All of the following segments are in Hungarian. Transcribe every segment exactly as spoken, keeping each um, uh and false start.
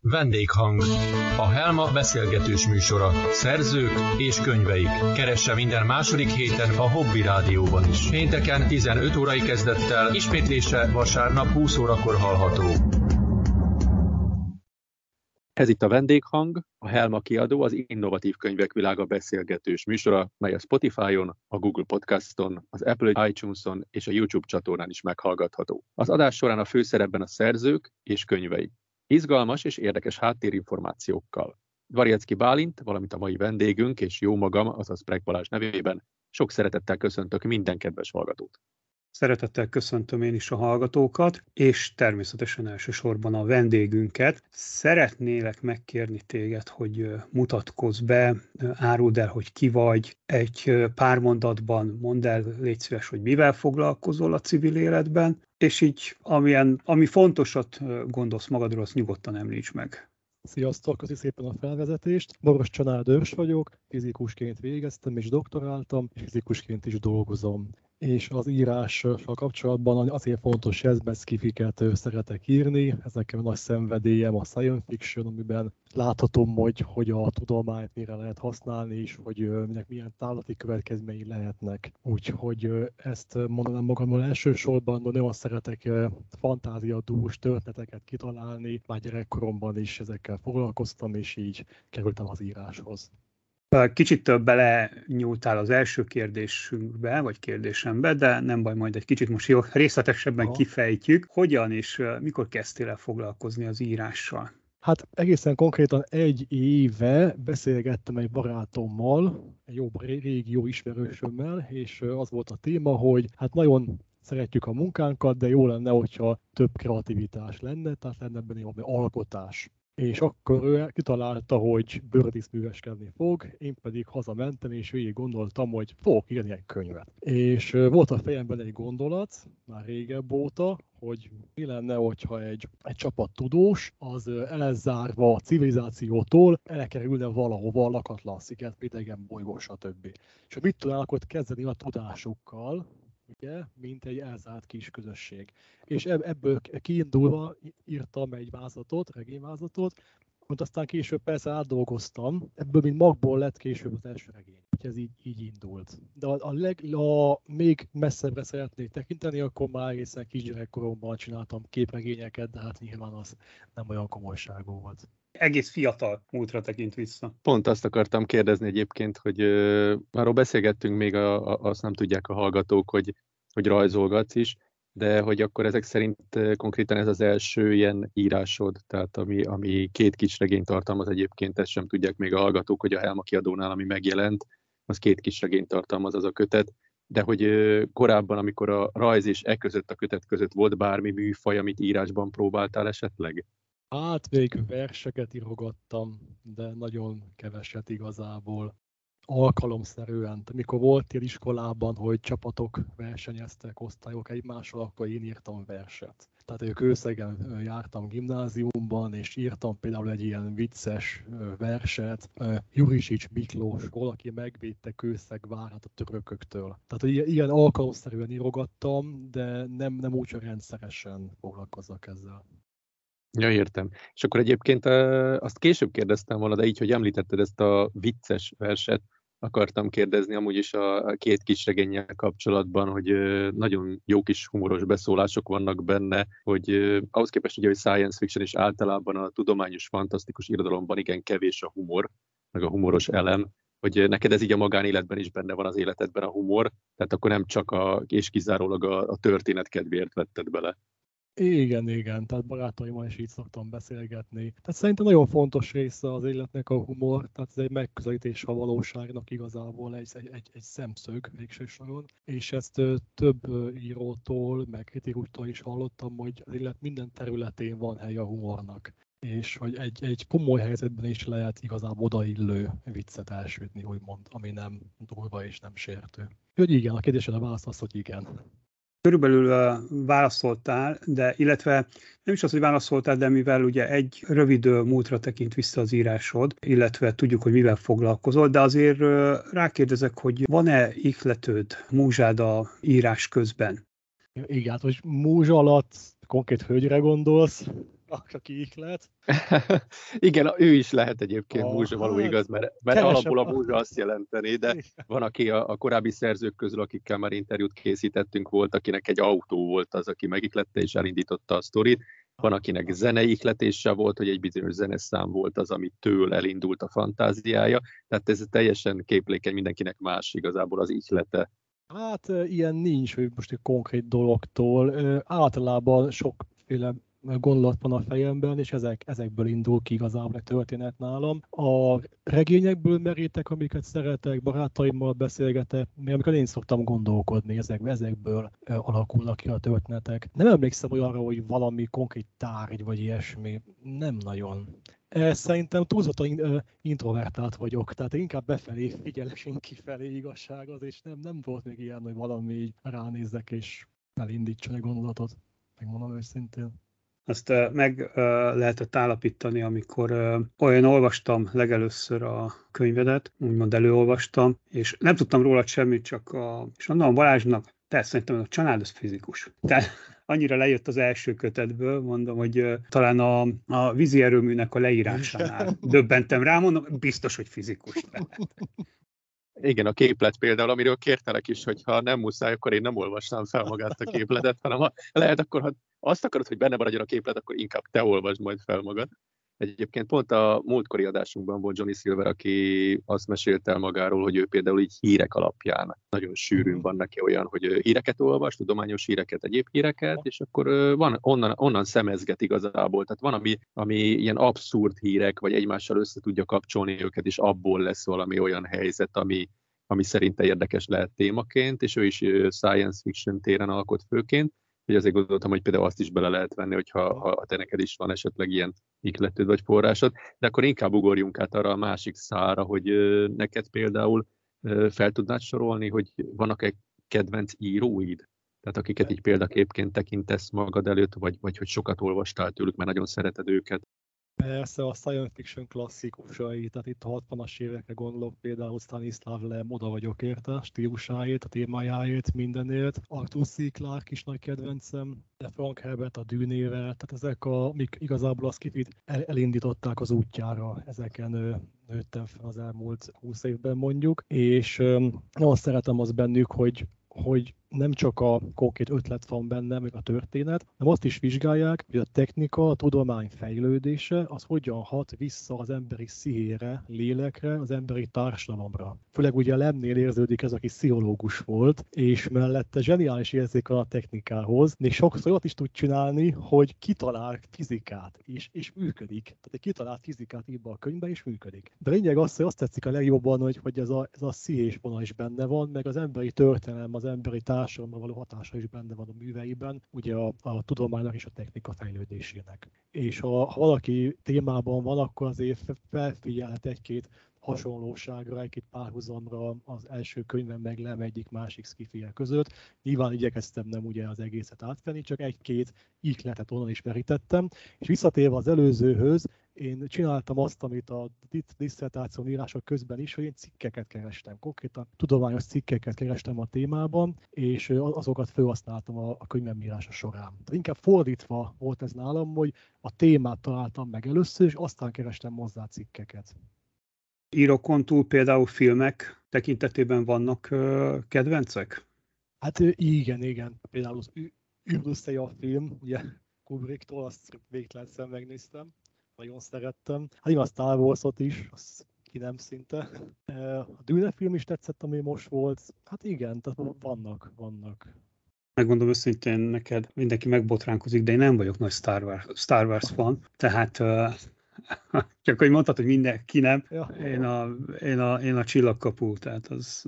Vendéghang. A Helma beszélgetős műsora. Szerzők és könyveik. Keresse minden második héten a Hobby Rádióban is. Pénteken tizenöt órai kezdettel, ismétlése vasárnap húsz órakor hallható. Ez itt a Vendéghang, a Helma kiadó, az Innovatív Könyvek Világa beszélgetős műsora, mely a Spotify-on, a Google Podcaston, az Apple iTunes-on és a YouTube csatornán is meghallgatható. Az adás során a főszerepben a szerzők és könyveik. Izgalmas és érdekes háttérinformációkkal. Varjecki Bálint, valamint a mai vendégünk és jó magam, azaz Breg Balázs nevében sok szeretettel köszöntök minden kedves hallgatót. Szeretettel köszöntöm én is a hallgatókat, és természetesen elsősorban a vendégünket. Szeretnélek megkérni téged, hogy mutatkozz be, áruld el, hogy ki vagy, egy pár mondatban mondd el, légy szíves, hogy mivel foglalkozol a civil életben, és így amilyen, ami fontosat gondolsz magadról, azt nyugodtan említs meg. Sziasztok, köszi szépen a felvezetést. Boros Csanád Őrs vagyok, fizikusként végeztem és doktoráltam, és fizikusként is dolgozom. És az írással kapcsolatban azért fontos ez, mert skifiket szeretek írni. Ez nekem nagy szenvedélyem a science fiction, amiben láthatom, hogy, hogy a tudományt mire lehet használni, és hogy minek milyen távlati következményei lehetnek. Úgyhogy ezt mondanám magamról elsősorban, de nagyon szeretek fantáziadús történeteket kitalálni. Már gyerekkoromban is ezekkel foglalkoztam, és így kerültem az íráshoz. Kicsit több bele nyúltál az első kérdésünkbe, vagy kérdésembe, de nem baj, majd egy kicsit most jó, részletesebben Aha. kifejtjük. Hogyan és mikor kezdtél el foglalkozni az írással? Hát egészen konkrétan egy éve beszélgettem egy barátommal, egy jó régi jó ismerősömmel, és az volt a téma, hogy hát nagyon szeretjük a munkánkat, de jó lenne, hogyha több kreativitás lenne, tehát lenne benne valami alkotás. És akkor ő kitalálta, hogy bőrdíszműveskedni fog, én pedig hazamentem, és végig gondoltam, hogy fogok írni egy könyvet. És volt a fejemben egy gondolat, már régebb óta, hogy mi lenne, hogyha egy, egy csapat tudós, az elzárva a civilizációtól elkerülne valahova a lakatlan sziget, idegen bolygó, stb. És mit tudnának ott kezdeni a tudásukkal, ugye, mint egy elzárt kis közösség. És ebből kiindulva írtam egy vázatot, regényvázatot, amit aztán később persze átdolgoztam, ebből mint magból lett később az első regény. Ez így, így indult. De a, a, leg, a még messzebbre szeretnék tekinteni, akkor már egészen kisgyerekkoromban csináltam képregényeket, de hát nyilván az nem olyan komolyságú volt. Egész fiatal múltra tekint vissza. Pont azt akartam kérdezni egyébként, hogy uh, arról beszélgettünk még, a, a, azt nem tudják a hallgatók, hogy, hogy rajzolgatsz is, de hogy akkor ezek szerint uh, konkrétan ez az első ilyen írásod, tehát ami, ami két kis regényt tartalmaz egyébként, ezt sem tudják még a hallgatók, hogy a Helma kiadónál, ami megjelent, az két kis regényt tartalmaz az a kötet, de hogy uh, korábban, amikor a rajz és e között a kötet között volt bármi műfaj, amit írásban próbáltál esetleg? Hát még verseket írogattam, de nagyon keveset igazából. Alkalomszerűen. Mikor volt ilyen iskolában, hogy csapatok versenyeztek, osztályok egymással, akkor én írtam verset. Tehát egy Kőszegen jártam gimnáziumban, és írtam például egy ilyen vicces verset. Jurisics Miklós, valaki megvédte Kőszeg várát a törököktől. Tehát ilyen alkalomszerűen írogattam, de nem, nem úgy, hogy rendszeresen foglalkozzak ezzel. Ja, értem. És akkor egyébként azt később kérdeztem volna, de így, hogy említetted ezt a vicces verset, akartam kérdezni amúgy is a két kis regénnyel kapcsolatban, hogy nagyon jó kis humoros beszólások vannak benne, hogy ahhoz képest ugye, hogy science fiction és általában a tudományos, fantasztikus irodalomban igen kevés a humor, meg a humoros elem, hogy neked ez így a magánéletben is benne van az életedben a humor, tehát akkor nem csak a, és kizárólag a, a történet kedvéért vetted bele. Igen, igen, tehát barátaimmal is így szoktam beszélgetni. Tehát szerintem nagyon fontos része az életnek a humor, tehát ez egy megközelítés a valóságnak igazából, egy, egy, egy, egy szemszög végső soron. És ezt több írótól, meg kritikustól is hallottam, hogy az élet minden területén van hely a humornak. És hogy egy, egy komoly helyzetben is lehet igazából odaillő viccet elsütni, úgymond, ami nem durva és nem sértő. Úgyhogy igen, a kérdésre a válasz az, hogy igen. Körülbelül uh, válaszoltál, de illetve nem is az, hogy válaszoltál, de mivel ugye egy rövid uh, múltra tekint vissza az írásod, illetve tudjuk, hogy mivel foglalkozol, de azért uh, rákérdezek, hogy van-e ihletőd, múzsád a írás közben? Igen, hát hogy múzsa alatt konkrét hölgyre gondolsz? aki ihlet. Igen, ő is lehet egyébként A, múzsa való, hát, igaz, mert, mert keresem alapból a a- múzsa azt jelenteni, de van, aki a, a korábbi szerzők közül, akikkel már interjút készítettünk, volt, akinek egy autó volt az, aki megihlette és elindította a sztorit. Van, akinek zenei ihletése volt, hogy egy bizonyos zeneszám volt az, amitől elindult a fantáziája. Tehát ez teljesen képlékeny, mindenkinek más igazából az ihlete. Hát ö, ilyen nincs, hogy most egy konkrét dologtól. Ö, Általában sokféle gondolat van a fejemben, és ezek, ezekből indul ki igazából a történet nálam. A regényekből merítek, amiket szeretek, barátaimmal beszélgetek, mert amikor én szoktam gondolkodni, ezek, ezekből ö, alakulnak ki a történetek. Nem emlékszem olyanra, hogy valami konkrét tárgy vagy ilyesmi. Nem nagyon. Eh, Szerintem túlzottan in- ö, introvertált vagyok, tehát inkább befelé figyelek, én kifelé igazság az, és nem, nem volt még ilyen, hogy valami így ránézzek és elindítson egy gondolatot. Megmondom őszintén. Azt uh, meg uh, lehetett állapítani, amikor uh, olyan olvastam legelőször a könyvedet, úgymond előolvastam, és nem tudtam róla semmit, csak a, és mondom Balázsnak, te szerintem a Csanád az fizikus. Tehát annyira lejött az első kötetből, mondom, hogy uh, talán a, a vízi erőműnek a leírásánál döbbentem rá, mondom, biztos, hogy fizikus lehet. Igen, a képlet például, amiről kértelek is, hogy ha nem muszáj, akkor én nem olvasnám fel magát a képletet, hanem ha lehet, akkor ha azt akarod, hogy benne maradjon a képlet, akkor inkább te olvasd majd fel magad. Egyébként pont a múltkori adásunkban volt Johnny Silver, aki azt mesélte el magáról, hogy ő például így hírek alapján nagyon sűrűn van neki olyan, hogy ő híreket olvas, tudományos híreket, egyéb híreket, és akkor van, onnan, onnan szemezget igazából. Tehát van, ami, ami ilyen abszurd hírek, vagy egymással össze tudja kapcsolni őket, és abból lesz valami olyan helyzet, ami, ami szerinte érdekes lehet témaként, és ő is science fiction téren alkot főként. Hogy azért gondoltam, hogy például azt is bele lehet venni, hogyha ha te neked is van esetleg ilyen ihletőd vagy forrásod, de akkor inkább ugorjunk át arra a másik szára, hogy neked például fel tudnád sorolni, hogy vannak-e kedvenc íróid? Tehát akiket így példaképként tekintesz magad előtt, vagy, vagy hogy sokat olvastál tőlük, mert nagyon szereted őket. Persze a science fiction klasszikusai, tehát itt a hatvanas évekre gondolok, például Stanislav Lem, oda vagyok érte, stílusáért, a témájáért, mindenért. Arthur C. Clarke is nagy kedvencem, de Frank Herbert a Dűnével, tehát ezek, a, amik igazából a skifit el, elindították az útjára, ezeken ö, nőttem fel az elmúlt húsz évben mondjuk, és ö, nagyon szeretem az bennük, hogy hogy nem csak a konkrét ötlet van benne, meg a történet, hanem azt is vizsgálják, hogy a technika, a tudomány fejlődése, az hogyan hat vissza az emberi pszichére, lélekre, az emberi társadalomra. Főleg ugye Lemnél érződik ez, aki pszichológus volt, és mellette zseniális érzéke a technikához, még sokszor ott is tud csinálni, hogy kitalál fizikát, és, és működik. Tehát egy kitalált fizikát ír be a könyvbe, és működik. De lényeg az, hogy azt tetszik a legjobban, hogy, hogy ez a, ez a pszichés vonal is benne van, meg az emberi történelem, az emberi társadalomra való hatása is benne van a műveiben, ugye a, a tudománynak és a technika fejlődésének. És ha, ha valaki témában van, akkor azért felfigyelhet egy-két hasonlóságra, egy-két párhuzamra az első könyvem meg Lem egyik másik szkifije között. Nyilván igyekeztem nem ugye az egészet átvenni, csak egy-két ihletet onnan is merítettem. És visszatérve az előzőhöz, én csináltam azt, amit a disszertáció írások közben is, hogy én cikkeket kerestem. Konkrétan tudományos cikkeket kerestem a témában, és azokat felhasználtam a, a könyvem írása során. Tehát inkább fordítva volt ez nálam, hogy a témát találtam meg először, és aztán kerestem hozzá cikkeket. Írókon túl például filmek tekintetében vannak uh, kedvencek? Hát igen, igen. Például az űrduszei a film, ugye Kubricktól, azt végtelenszer megnéztem. Nagyon szerettem. Hát igen, a Star Wars-ot is, az ki nem szinte. A Dűne film is tetszett, ami most volt. Hát igen, tehát vannak, vannak. Megmondom őszintén neked, mindenki megbotránkozik, de én nem vagyok nagy Star Wars, Star Wars fan, tehát uh, csak hogy mondtad, hogy mindenki nem, ja. én, a, én, a, én a csillagkapu, tehát az,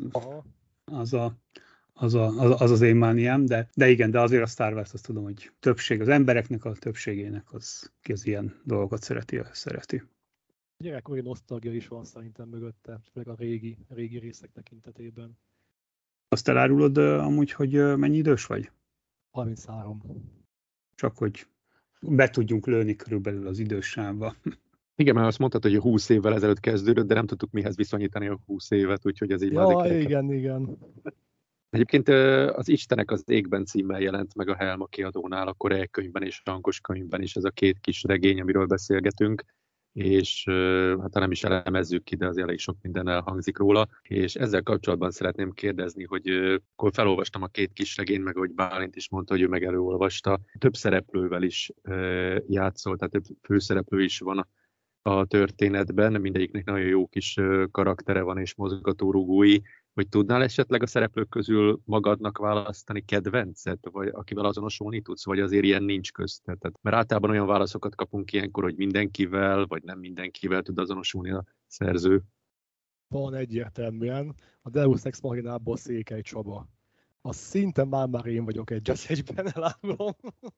az a Az, a, az, az az én mániám, de, de igen, de azért a Star Wars azt tudom, hogy többség, az embereknek a többségének az, ki az ilyen dolgokat szereti, szereti. Gyerekkori nosztalgia is van szerintem mögötte, főleg a régi, régi részek tekintetében. Azt elárulod amúgy, hogy mennyi idős vagy? harminchárom. Csak hogy be tudjunk lőni körülbelül az idősávba. Igen, mert azt mondtad, hogy húsz évvel ezelőtt kezdődött, de nem tudtuk mihez viszonyítani a húsz évet, úgyhogy ez így ja, már... igen, igen. Egyébként az Istenek az égben címmel jelent meg a Helma kiadónál, a Koreai könyvben és Frankos könyvben is ez a két kis regény, amiről beszélgetünk, és hát ha nem is elemezzük ki, de azért elég sok minden elhangzik róla. És ezzel kapcsolatban szeretném kérdezni, hogy akkor felolvastam a két kis regényt, meg ahogy Bálint is mondta, hogy ő meg előolvasta, több szereplővel is játszott, tehát több főszereplő is van a történetben, mindegyiknek nagyon jó kis karaktere van és mozgatórugói, hogy tudnál esetleg a szereplők közül magadnak választani kedvencet, vagy akivel azonosulni tudsz, vagy azért ilyen nincs köztet? Mert általában olyan válaszokat kapunk ilyenkor, hogy mindenkivel, vagy nem mindenkivel tud azonosulni a szerző. Van egyértelműen. A Deus Ex Machinából Székely Csaba. Az szinte már már én vagyok egy egyben elállom.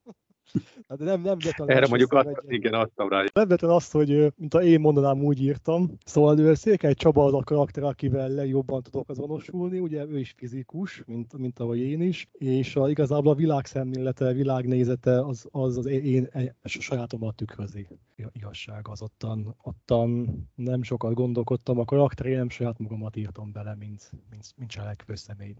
Hát nem, nem Erre mondjuk azt, igen, adtam rá. Nem vettem azt, hogy mint ha én mondanám, úgy írtam. Szóval Székely Csaba az a karakter, akivel legjobban tudok azonosulni, ugye ő is fizikus, mint, mint ahogy én is, és a, igazából a világszemlélete, világnézete az az, az én, én sajátomat tükrözi. Igazság az ottan, ottan nem sokat gondolkodtam a karakterén, nem saját magamat írtam bele, mint, mint, mint cselekvő személy.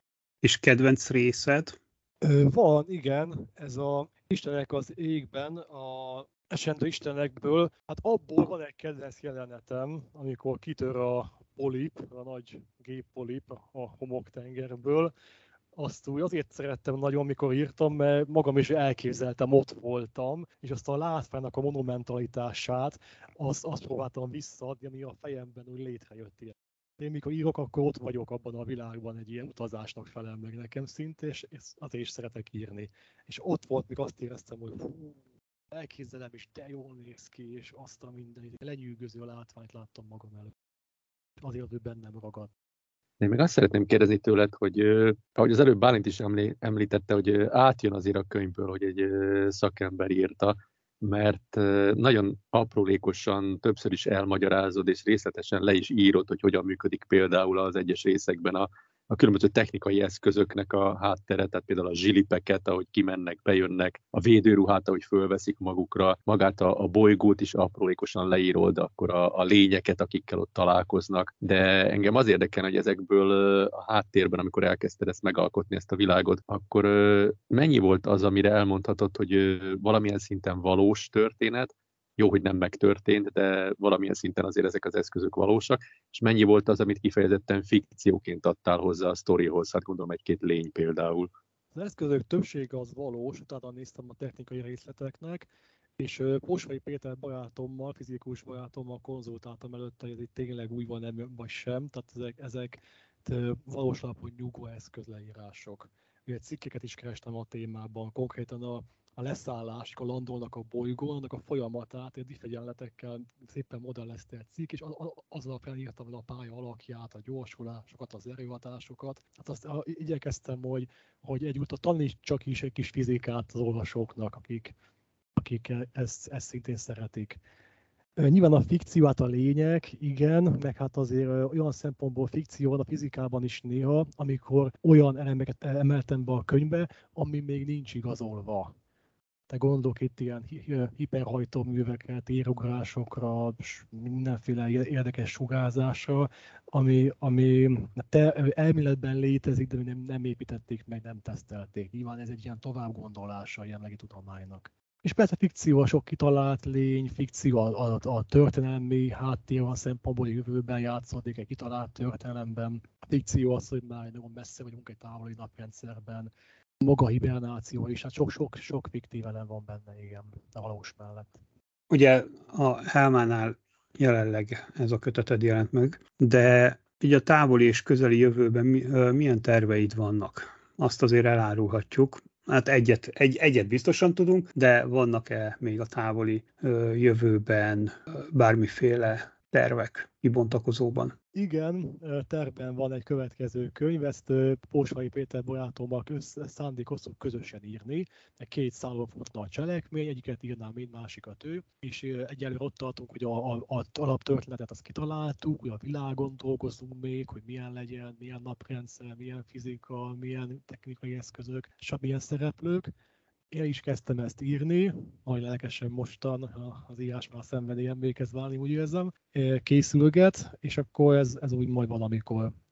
És kedvenc részed? Van, igen, ez a Istenek az égben, a esendő istenekből, hát abból van egy kedvenc jelenetem, amikor kitör a polip, a nagy géppolip a homoktengerből. Azt úgy azért szerettem nagyon, mikor írtam, mert magam is elképzeltem, ott voltam, és azt a látványnak a monumentalitását, azt, azt próbáltam visszaadni, ami a fejemben úgy létrejött ilyen. Én mikor írok, akkor ott vagyok abban a világban, egy ilyen utazásnak felel meg nekem szint, és azért is szeretek írni. És ott volt, mikor azt éreztem, hogy hú, elképzelem, és de jól néz ki, és azt a mindenit, lenyűgöző látványt láttam magam előtt. Azért, hogy bennem ragad. Én még azt szeretném kérdezni tőled, hogy ahogy az előbb Bálint is említette, hogy átjön azért a könyvből, hogy egy szakember írta, mert nagyon aprólékosan többször is elmagyarázod, és részletesen le is írod, hogy hogyan működik például az egyes részekben a, a különböző technikai eszközöknek a háttere, tehát például a zsilipeket, ahogy kimennek, bejönnek, a védőruhát, ahogy fölveszik magukra, magát a, a bolygót is aprólékosan leírod, akkor a, a lényeket, akikkel ott találkoznak. De engem az érdekel, hogy ezekből a háttérben, amikor elkezdted ezt megalkotni, ezt a világot, akkor mennyi volt az, amire elmondhatod, hogy valamilyen szinten valós történet, jó, hogy nem megtörtént, de valamilyen szinten azért ezek az eszközök valósak, és mennyi volt az, amit kifejezetten fikcióként adtál hozzá a sztorihoz, hát gondolom egy-két lény például. Az eszközök többsége az valós, utána néztem a technikai részleteknek, és Posvai Péter barátommal, fizikus barátommal konzultáltam előtte, hogy ez itt tényleg úgy van, nem, vagy sem, tehát ezek, ezek valós alapon nyugvó eszközleírások. Ugye cikkeket is kerestem a témában, konkrétan a a leszállás, a landolnak a bolygón, annak a folyamatát, egy diffegyenletekkel szépen modellezte egy cikk, és az, az alapján írtam le a pálya alakját, a gyorsulásokat, az erőhatásokat. Hát azt igyekeztem, hogy, hogy egyúttal tanítsak is egy kis fizikát az olvasóknak, akik, akik ezt, ezt szintén szeretik. Nyilván a fikció, hát a lényeg, igen, meg hát azért olyan szempontból fikció van a fizikában is néha, amikor olyan elemeket emeltem be a könyvbe, ami még nincs igazolva. Te gondolok itt ilyen hiperhajtóművekre, térugrásokra, mindenféle érdekes sugárzásra, ami, ami te elméletben létezik, de nem, nem építették meg, nem tesztelték. Nyilván ez egy ilyen továbbgondolása a jelenlegi tudománynak. És persze fikció a sok kitalált lény, fikció a, a, a történelmi háttér a szempontból, hogy jövőben játszódik egy kitalált történelemben. A fikció az, hogy már nagyon messze vagyunk egy távoli naprendszerben. Maga a hibernáció is, hát sok-sok fiktív elem van benne, igen, a valós mellett. Ugye a Helmánál jelenleg ez a köteted jelent meg, de így a távoli és közeli jövőben milyen terveid vannak? Azt azért elárulhatjuk. Hát egyet, egy, egyet biztosan tudunk, de vannak-e még a távoli jövőben bármiféle tervek kibontakozóban? Igen, tervben van egy következő könyv, ezt Posvai Péter barátommal szándékoztuk közösen írni. Két szálon futna a cselekmény, egyiket írnám én, másikat ő, és egyelőre ott tartunk, hogy a, a, a alaptörténetet azt kitaláltuk, hogy a világon dolgozunk még, hogy milyen legyen, milyen naprendszer, milyen fizika, milyen technikai eszközök, és milyen szereplők. Én is kezdtem ezt írni, majd lelkesen mostan az írás már szenvedélyen kezd válni, úgy érzem, készülget, és akkor ez, ez úgy majd valamikor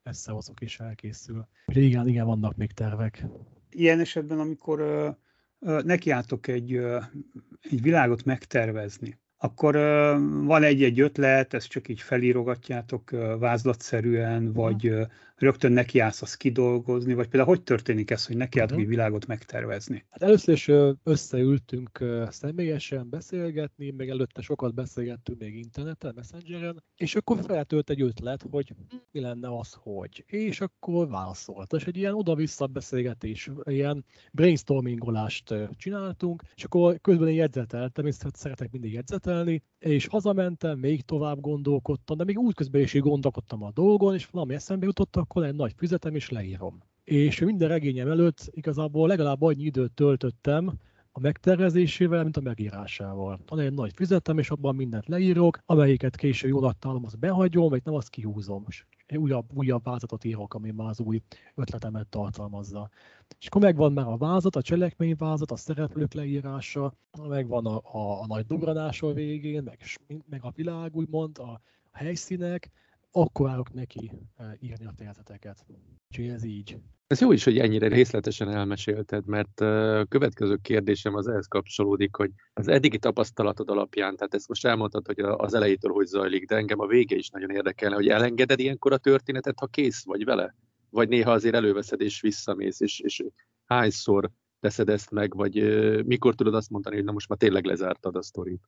összehozok és elkészül. Úgyhogy igen, igen, vannak még tervek. Ilyen esetben, amikor ö, ö, nekiálltok egy, ö, egy világot megtervezni, akkor ö, van egy-egy ötlet, ezt csak így felírogatjátok ö, vázlatszerűen, vagy ö, rögtön nekiállsz azt kidolgozni, vagy például hogy történik ez, hogy nekiálltok uh-huh. egy világot megtervezni? Hát először is összeültünk személyesen beszélgetni, meg előtte sokat beszélgettünk még interneten, messengeren, és akkor feltölt egy ötlet, hogy mi lenne az, hogy. És akkor válaszolt. És egy ilyen oda-vissza beszélgetés, ilyen brainstormingolást csináltunk, és akkor közben én jegyzeteltem, és szeretek mindig jegyzetelni, és hazamentem, még tovább gondolkodtam, de még úgy közben is gondolkodtam a dolgon, és valami eszembe jutott, akkor egy nagy füzetem, és leírom. És minden regényem előtt igazából legalább annyi időt töltöttem a megtervezésével, mint a megírásával. Van egy nagy füzetem, és abban mindent leírok, amelyiket később jól adtam, azt behagyom, vagy nem, azt kihúzom. És újabb, újabb vázatot írok, ami már az új ötletemet tartalmazza. És akkor megvan már a vázat, a cselekményvázat, a szereplők leírása, megvan a, a, a nagy dugranás a végén, meg, meg a világ úgymond, a, a helyszínek, akkor állok neki írni a fejezeteket. Úgyhogy ez így. Ez jó is, hogy ennyire részletesen elmesélted, mert a következő kérdésem az ehhez kapcsolódik, hogy az eddigi tapasztalatod alapján, tehát ezt most elmondtad, hogy az elejétől hogy zajlik, de engem a vége is nagyon érdekelne, hogy elengeded ilyenkor a történetet, ha kész vagy vele? Vagy néha azért előveszed és visszamész, és, és hányszor teszed ezt meg, vagy mikor tudod azt mondani, hogy na most már tényleg lezártad a sztorit?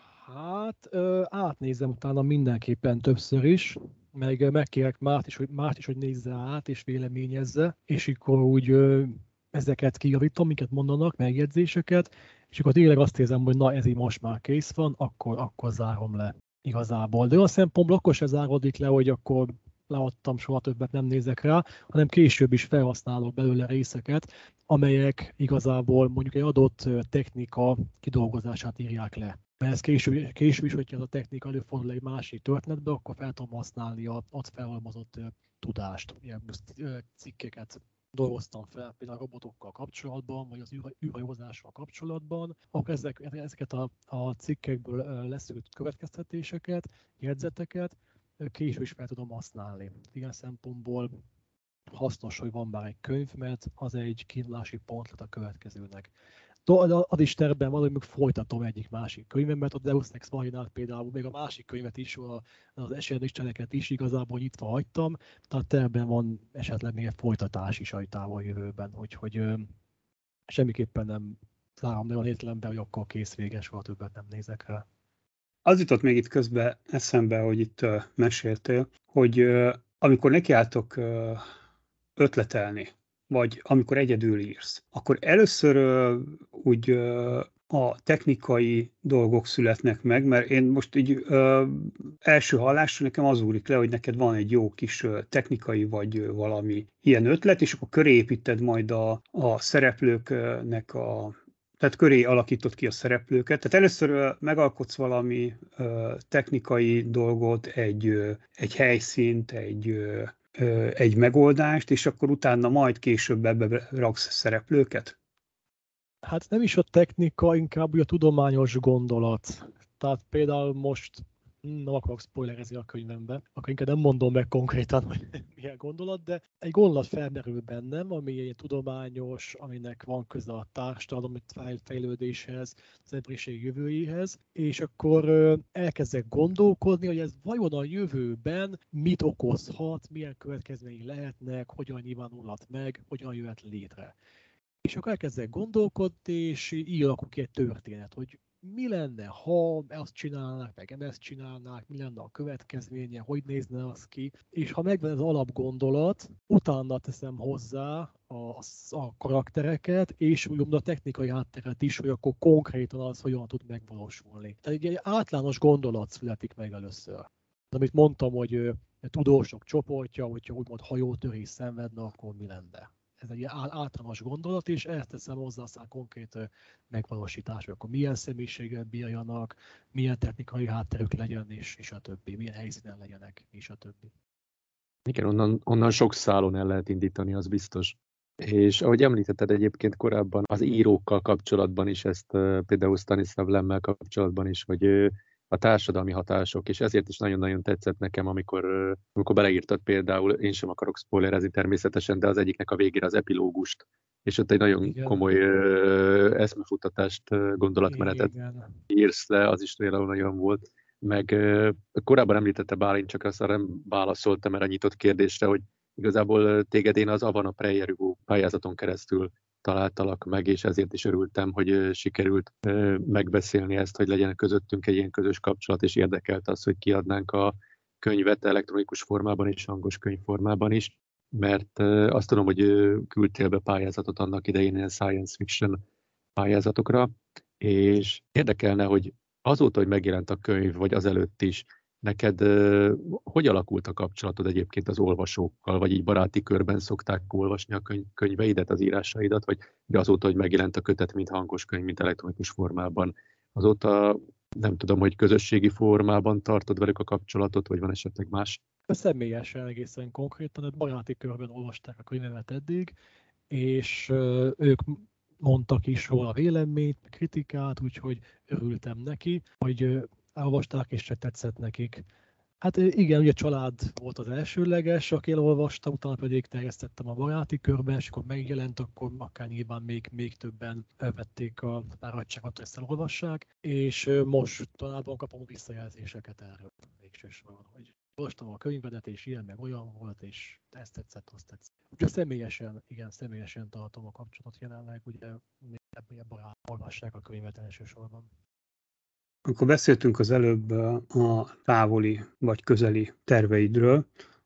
Hát ö, átnézem utána mindenképpen többször is, meg megkérek Márt is, hogy, Márt is, hogy nézze át és véleményezze, és akkor úgy ö, ezeket kijavítom, amiket mondanak, megjegyzéseket, és akkor tényleg azt érzem, hogy na ez így most már kész van, akkor, akkor zárom le igazából. De olyan szempontból akkor se zárodik le, hogy akkor leadtam, soha többet nem nézek rá, hanem később is felhasználok belőle részeket, amelyek igazából mondjuk egy adott technika kidolgozását írják le. Mert ez később, később is, hogyha ez a technika előfordul egy másik történetbe, akkor fel tudom használni a ott felhalmozott tudást. Ilyen cikkeket dolgoztam fel, például a robotokkal kapcsolatban, vagy az űrhajózással kapcsolatban, akkor ezek, ezeket a, a cikkekből leszűrt következtetéseket, jegyzeteket később is fel tudom használni. Ilyen szempontból hasznos, hogy van már egy könyv, mert az egy kiindulási pont lett a következőnek. Az is tervben van, hogy még folytatom egyik másik könyvem, mert a Deus Ex Machinát például, még a másik könyvet is, az esernyőisteneket is igazából nyitva hagytam, tehát tervben van esetleg még egy folytatás is a távol jövőben, úgyhogy semmiképpen nem zárom olyan értelemben, hogy akkor kész, véges, soha többet nem nézek rá. Az jutott még itt közben eszembe, hogy itt uh, meséltél, hogy uh, amikor nekiálltok uh, ötletelni, vagy amikor egyedül írsz, akkor először uh, úgy uh, a technikai dolgok születnek meg, mert én most így uh, első hallásra nekem az úrik le, hogy neked van egy jó kis uh, technikai vagy uh, valami ilyen ötlet, és akkor köré építed majd a, a szereplőknek a tehát köré alakított ki a szereplőket. Tehát először megalkotsz valami uh, technikai dolgot, egy, uh, egy helyszínt, egy, uh, egy megoldást, és akkor utána majd később ebbe raksz szereplőket? Hát nem is a technika, inkább a tudományos gondolat. Tehát például most nem akarok spoilerezni a könyvembe, akkor inkább nem mondom meg konkrétan, hogy milyen gondolat, de egy gondolat felmerül bennem, ami egy tudományos, aminek van köze a társadalmi fejlődéshez, az emberiség jövőjéhez, és akkor elkezdek gondolkodni, hogy ez vajon a jövőben mit okozhat, milyen következményei lehetnek, hogyan nyilvánulhat meg, hogyan jöhet létre. És akkor elkezdek gondolkodni, és így alakul ki egy történet, hogy mi lenne, ha ezt csinálnák, meg ezt csinálnák, mi lenne a következménye, hogy nézne az ki. És ha megvan az alapgondolat, utána teszem hozzá a, a karaktereket, és úgymond a technikai hátteret is, hogy akkor konkrétan az hogyan tud megvalósulni. Tehát egy általános gondolat születik meg először. Amit mondtam, hogy tudósok csoportja, hogyha úgymond hajótörés szenvedne, akkor mi lenne. Ez egy általános gondolat, és ezt teszem hozzá aztán konkrét megvalósítás, hogy akkor milyen személyiséggel bírjanak, milyen technikai hátterük legyen, és, és a többi, milyen helyszínen legyenek, és a többi. Igen, onnan, onnan sok szálon el lehet indítani, az biztos. És ahogy említetted egyébként korábban, az írókkal kapcsolatban is, ezt például Stanislav Lemmel kapcsolatban is, hogy a társadalmi hatások, és ezért is nagyon-nagyon tetszett nekem, amikor, amikor beleírtad például, én sem akarok spoilerezni természetesen, de az egyiknek a végére az epilógust, és ott egy nagyon Igen. komoly uh, eszmefuttatást, uh, gondolatmenetet Igen. írsz le, az is tényleg nagyon volt. Meg uh, korábban említette Bálint, csak azt nem válaszoltam erre a nyitott kérdésre, hogy igazából téged én az Avana Prejjerugó pályázaton keresztül találtalak meg, és ezért is örültem, hogy sikerült megbeszélni ezt, hogy legyen közöttünk egy ilyen közös kapcsolat, és érdekelt az, hogy kiadnánk a könyvet elektronikus formában és hangos könyvformában is, mert azt tudom, hogy küldtél be pályázatot annak idején ilyen science fiction pályázatokra, és érdekelne, hogy azóta, hogy megjelent a könyv, vagy azelőtt is, neked uh, hogy alakult a kapcsolatod egyébként az olvasókkal, vagy így baráti körben szokták olvasni a könyv, könyveidet, az írásaidat, vagy azóta, hogy megjelent a kötet, mint hangos könyv, mint elektronikus formában, azóta nem tudom, hogy közösségi formában tartod velük a kapcsolatot, vagy van esetleg más? Személyesen egészen konkrétan, a baráti körben olvasták a könyvemet eddig, és uh, ők mondtak is róla véleményt, kritikát, úgyhogy örültem neki, hogy uh, elolvasták, és se tetszett nekik. Hát igen, ugye a család volt az elsőleges, aki elolvasta, utána pedig terjesztettem a baráti körbe, és akkor megjelent, akkor akár nyilván még, még többen vették a fáradtságot, hogy ezt elolvassák, és most talán kapom visszajelzéseket erről végsősorban, hogy olvastam a könyvedet, és ilyen meg olyan volt, és ezt tetszett, azt tetszett. Úgyhogy személyesen, igen, személyesen tartom a kapcsolatot jelenleg, ugye ebben barát olvassák a könyvet elsősorban. Amikor beszéltünk az előbb a távoli vagy közeli terveidről,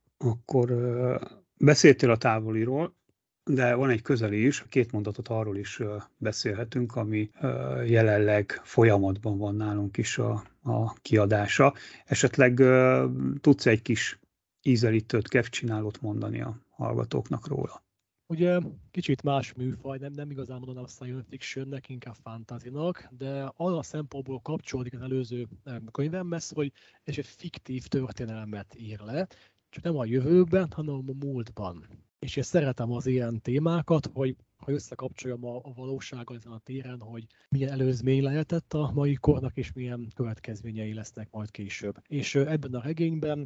akkor beszéltél a távoliról, de van egy közeli is, két mondatot arról is beszélhetünk, ami jelenleg folyamatban van nálunk is a, a kiadása. Esetleg tudsz egy kis ízelítőt, kevcsinálót mondani a hallgatóknak róla? Ugye kicsit más műfaj, nem, nem igazán mondanám science fictionnek, inkább fantasynak, de arra a szempontból kapcsolódik az előző könyvemhez, hogy egy fiktív történelmet ír le, csak nem a jövőben, hanem a múltban. És én szeretem az ilyen témákat, hogy ha összekapcsoljam a, a valósággal ezen a téren, hogy milyen előzmény lehetett a mai kornak, és milyen következményei lesznek majd később. És ebben a regényben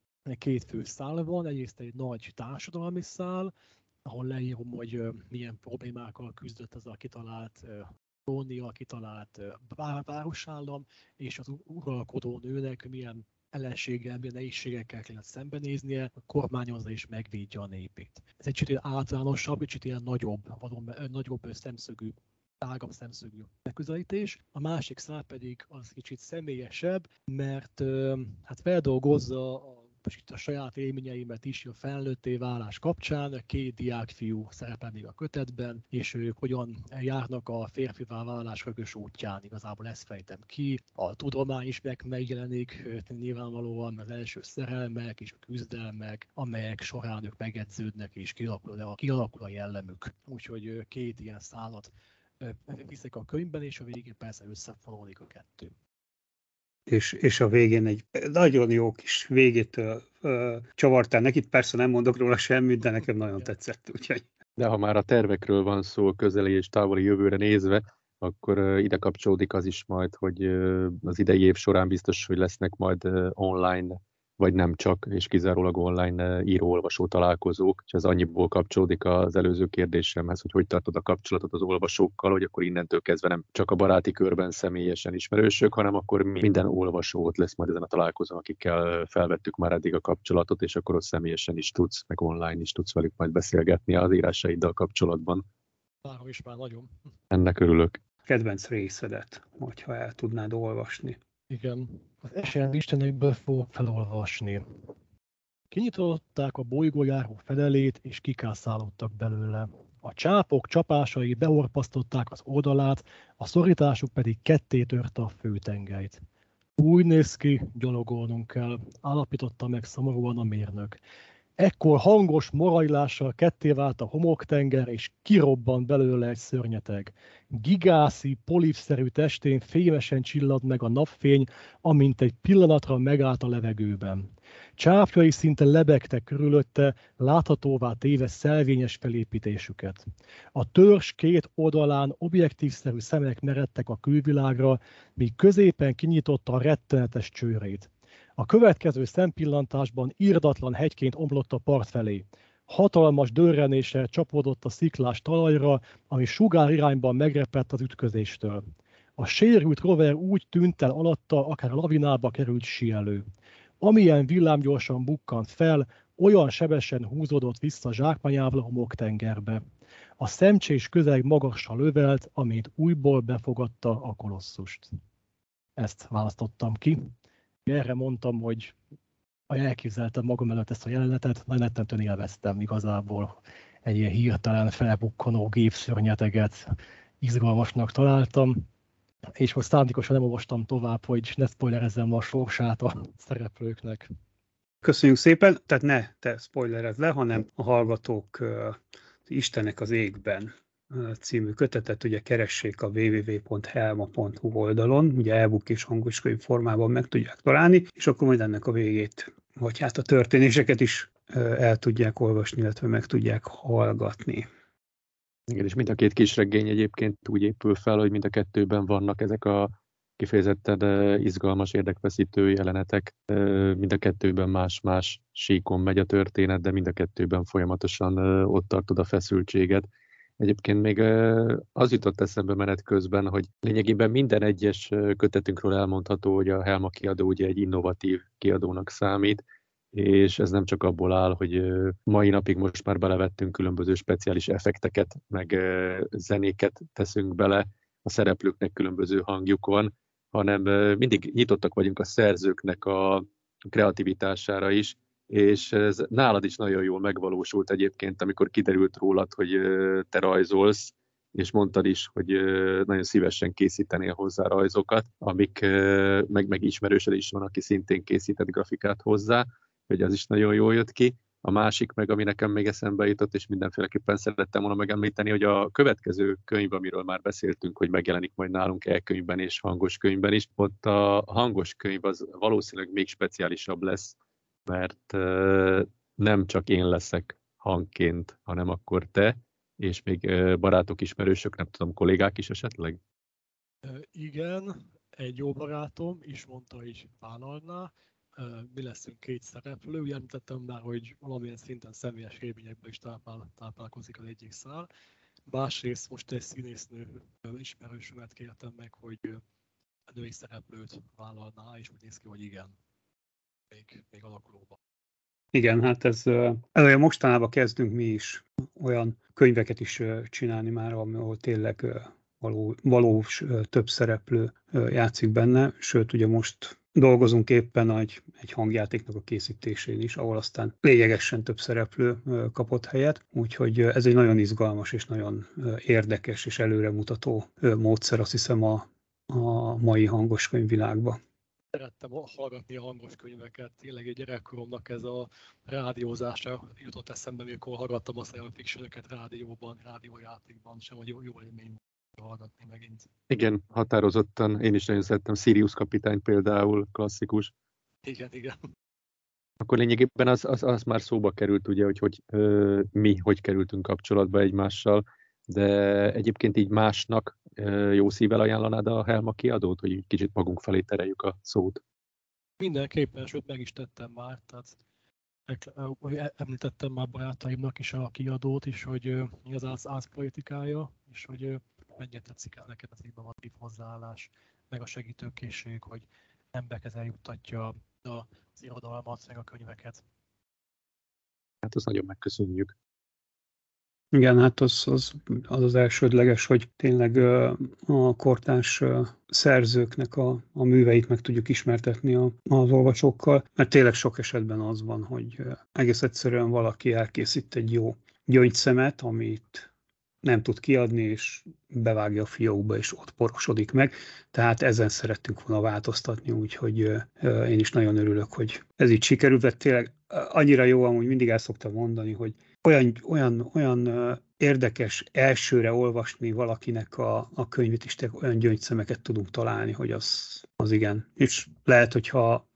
két fő szál van, egyrészt egy nagy társadalmi szál, ahol leírom, hogy milyen problémákkal küzdött ez a kitalált kolónia, kitalált városállam, és az uralkodó nőnek milyen ellenséggel, milyen nehézségekkel kellett szembenéznie, kormányozza és megvédje a népét. Ez egy kicsit általánosabb, kicsit ilyen nagyobb, vadon, nagyobb szemszögű, tágabb szemszögű megközelítés. A másik szál pedig az kicsit személyesebb, mert hát feldolgozza a itt a saját élményeimet is a felnőtté válás kapcsán. Két diákfiú szerepel még a kötetben, és ők hogyan járnak a férfivá válás rögös útján. Igazából ezt fejtem ki. A tudomány is meg megjelenik nyilvánvalóan, az első szerelmek és a küzdelmek, amelyek során ők megedződnek és kialakul a, kialakul a jellemük. Úgyhogy két ilyen szálat viszek a könyvben, és a végén persze összefonódik a kettő. És, és a végén egy nagyon jó kis végét ö, csavartál neki, persze nem mondok róla semmit, de nekem nagyon tetszett, úgyhogy. De ha már a tervekről van szó közeli és távoli jövőre nézve, akkor uh, ide kapcsolódik az is majd, hogy uh, az idei év során biztos, hogy lesznek majd uh, online, vagy nem csak, és kizárólag online uh, író-olvasó találkozók, és ez annyiból kapcsolódik az előző kérdésemhez, hogy hogy tartod a kapcsolatot az olvasókkal, hogy akkor innentől kezdve nem csak a baráti körben személyesen ismerősök, hanem akkor minden olvasó ott lesz majd ezen a találkozón, akikkel felvettük már eddig a kapcsolatot, és akkor ott személyesen is tudsz, meg online is tudsz velük majd beszélgetni az írásaiddal kapcsolatban. Várom is már nagyon. Ennek örülök. Kedvenc részedet, hogyha el tudnád olvasni. Igen, az Esend istenekből fogok felolvasni. Kinyitották a bolygójáró fedelét, és kikászálódtak belőle. A csápok csapásai beorpasztották az oldalát, a szorításuk pedig ketté törte a főtengelyt. Úgy néz ki, gyalogolnunk kell, állapította meg szomorúan a mérnök. Ekkor hangos morajlással ketté vált a homoktenger, és kirobbant belőle egy szörnyeteg. Gigászi, polipszerű testén fémesen csillad meg a napfény, amint egy pillanatra megállt a levegőben. Csápjai szinte lebegtek körülötte, láthatóvá téve szelvényes felépítésüket. A törzs két oldalán objektívszerű szemek meredtek a külvilágra, míg középen kinyitotta a rettenetes csőrét. A következő szempillantásban irdatlan hegyként omlott a part felé. Hatalmas dörrenéssel csapódott a sziklás talajra, ami sugár irányban megrepett az ütközéstől. A sérült rover úgy tűnt el alatta, akár lavinába került síelő. Amilyen villámgyorsan bukkant fel, olyan sebesen húzódott vissza zsákmányával a homoktengerbe. A szemcsés közeg magasra lövelt, amint újból befogadta a kolosszust. Ezt választottam ki. Erre mondtam, hogy elképzeltem magam előtt ezt a jelenetet, nagyon rettentően élveztem igazából. Egy ilyen hirtelen felbukkanó gépszörnyeteget izgalmasnak találtam, és most szándékosan nem olvastam tovább, hogy ne spoilerezzem a sorsát a szereplőknek. Köszönjük szépen, tehát ne te spoilerezd le, hanem a hallgatók uh, Istenek az égben uh, című kötetet, ugye keressék a double-u double-u double-u pont helma pont hu oldalon, ugye e-book és hangoskönyv formában meg tudják találni, és akkor majd ennek a végét, vagy hát a történéseket is uh, el tudják olvasni, illetve meg tudják hallgatni. Igen, és mind a két kisregény egyébként úgy épül fel, hogy mind a kettőben vannak ezek a kifejezetten izgalmas, érdekfeszítő jelenetek. Mind a kettőben más-más síkon megy a történet, de mind a kettőben folyamatosan ott tartod a feszültséget. Egyébként még az jutott eszembe menet közben, hogy lényegében minden egyes kötetünkről elmondható, hogy a Helma kiadó ugye egy innovatív kiadónak számít, és ez nem csak abból áll, hogy mai napig most már belevettünk különböző speciális effekteket, meg zenéket teszünk bele, a szereplőknek különböző hangjuk van, hanem mindig nyitottak vagyunk a szerzőknek a kreativitására is, és ez nálad is nagyon jól megvalósult egyébként, amikor kiderült rólad, hogy te rajzolsz, és mondtad is, hogy nagyon szívesen készítenél hozzá rajzokat, amik meg, meg ismerősed is van, aki szintén készített grafikát hozzá, hogy az is nagyon jól jött ki. A másik meg, ami nekem még eszembe jutott, és mindenféleképpen szerettem volna megemlíteni, hogy a következő könyv, amiről már beszéltünk, hogy megjelenik majd nálunk e-könyvben és hangos könyvben is, ott a hangos könyv az valószínűleg még speciálisabb lesz, mert nem csak én leszek hangként, hanem akkor te, és még barátok, ismerősök, nem tudom, kollégák is esetleg? Igen, egy jó barátom is mondta, hogy vállalná. Mi leszünk két szereplő, ugye említettem már, hogy valamilyen szinten személyes élményekből is táplál, táplálkozik az egyik szál. Másrészt most egy színésznő ismerősömet kértem meg, hogy a női szereplőt vállalná, és úgy néz ki, hogy igen, még, még alakulóban. Igen, hát ez, ez olyan mostanában kezdünk mi is olyan könyveket is csinálni már, ahol tényleg való, valós több szereplő játszik benne, sőt ugye most dolgozunk éppen egy, egy hangjátéknak a készítésén is, ahol aztán lényegesen több szereplő kapott helyet, úgyhogy ez egy nagyon izgalmas és nagyon érdekes és előremutató módszer, azt hiszem a, a mai hangoskönyvvilágban. Szerettem hallgatni a hangos könyveket, tényleg egy gyerekkoromnak ez a rádiózása jutott eszembe, amikor hallgattam a science fiction-öket rádióban, rádiójátékban, sem hogy jó, jó élmény hallgatni megint. Igen, határozottan. Én is nagyon szerettem. Sirius kapitány például, klasszikus. Igen, igen. Akkor lényegében az, az, az már szóba került, ugye, hogy, hogy ö, mi hogy kerültünk kapcsolatba egymással, de egyébként így másnak ö, jó szívvel ajánlanád a Helma kiadót, hogy kicsit magunk felé tereljük a szót? Mindenképpen, sőt meg is tettem már, tehát említettem már barátaimnak is a kiadót is, hogy mi az ász, ászpolitikája, és hogy mennyire tetszik el neked az innovatív hozzáállás, meg a segítőkészség, hogy emberekhez eljuttatja az irodalmat, meg a könyveket. Hát azt nagyon megköszönjük. Igen, hát az az, az, az elsődleges, hogy tényleg a kortárs szerzőknek a, a műveit meg tudjuk ismertetni a, az olvasókkal, mert tényleg sok esetben az van, hogy egész egyszerűen valaki elkészít egy jó gyöngyszemet, amit nem tud kiadni, és bevágja a fiókba, és ott porosodik meg. Tehát ezen szerettünk volna változtatni, úgyhogy én is nagyon örülök, hogy ez így sikerült, de tényleg annyira jó, amúgy mindig el szoktam mondani, hogy olyan, olyan, olyan érdekes elsőre olvasni valakinek a, a könyvét is, olyan gyöngyszemeket tudunk találni, hogy az, az igen. És lehet, hogy ha,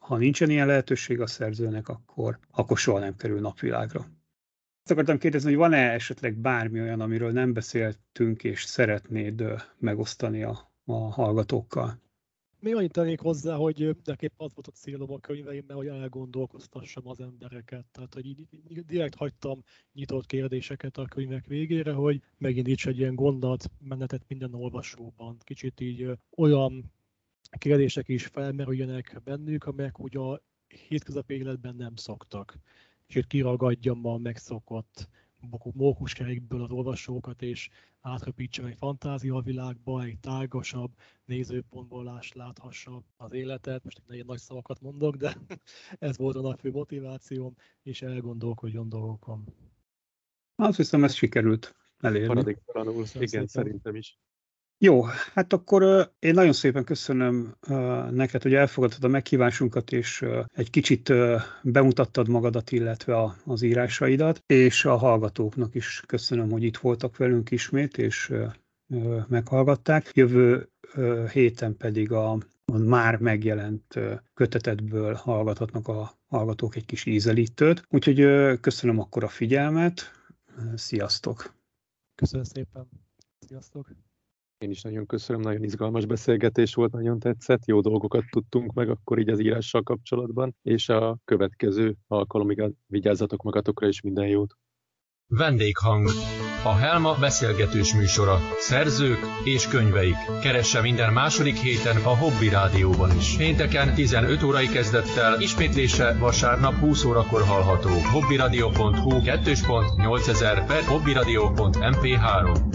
ha nincsen ilyen lehetőség a szerzőnek, akkor, akkor soha nem kerül napvilágra. Azt akartam kérdezni, hogy van-e esetleg bármi olyan, amiről nem beszéltünk, és szeretnéd megosztani a, a hallgatókkal? Még annyit tennék hozzá, hogy mindenképpen az volt a célom a könyveimben, hogy elgondolkoztassam az embereket. Tehát, hogy így direkt hagytam nyitott kérdéseket a könyvek végére, hogy megindíts egy ilyen gondolatmenetet minden olvasóban. Kicsit így olyan kérdések is felmerüljenek bennük, amelyek ugye a hétköznapi életben nem szoktak. Kicsit kiragadjam a megszokott mókuskerékből az olvasókat, és átröpítsem egy fantáziavilágba, egy tágasabb nézőpontból lás, láthassa az életet. Most egy nagy szavakat mondok, de ez volt a nagy fő motivációm, és elgondolkodjon dolgokon. Azt hiszem, ez sikerült elérni. Maradéktalanul, igen, szerintem is. Jó, hát akkor én nagyon szépen köszönöm neked, hogy elfogadtad a meghívásunkat, és egy kicsit bemutattad magadat, illetve az írásaidat, és a hallgatóknak is köszönöm, hogy itt voltak velünk ismét, és meghallgatták. Jövő héten pedig a, a már megjelent kötetedből hallgathatnak a hallgatók egy kis ízelítőt. Úgyhogy köszönöm akkor a figyelmet, sziasztok! Köszönöm szépen, sziasztok! Én is nagyon köszönöm, nagyon izgalmas beszélgetés volt, nagyon tetszett, jó dolgokat tudtunk meg akkor így az írással kapcsolatban, és a következő alkalomig vigyázzatok magatokra, és minden jót. Vendéghang. A Helma beszélgetős műsora. Szerzők és könyveik. Keresse minden második héten a Hobby Rádióban is. Pénteken tizenöt órai kezdettel, ismétlése vasárnap húsz órakor hallható. hobbyradio pont hu kettő pont nyolcezer per hobbyradio pont em pé három.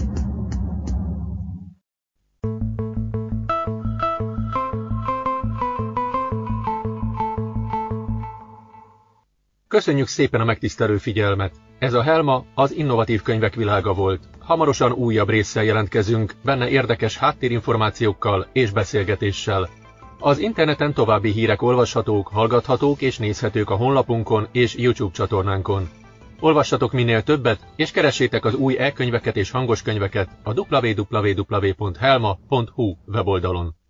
Köszönjük szépen a megtisztelő figyelmet! Ez a Helma az innovatív könyvek világa volt. Hamarosan újabb résszel jelentkezünk, benne érdekes háttérinformációkkal és beszélgetéssel. Az interneten további hírek olvashatók, hallgathatók és nézhetők a honlapunkon és YouTube csatornánkon. Olvassatok minél többet, és keressétek az új e-könyveket és hangos könyveket a double-u double-u double-u pont helma pont hu weboldalon.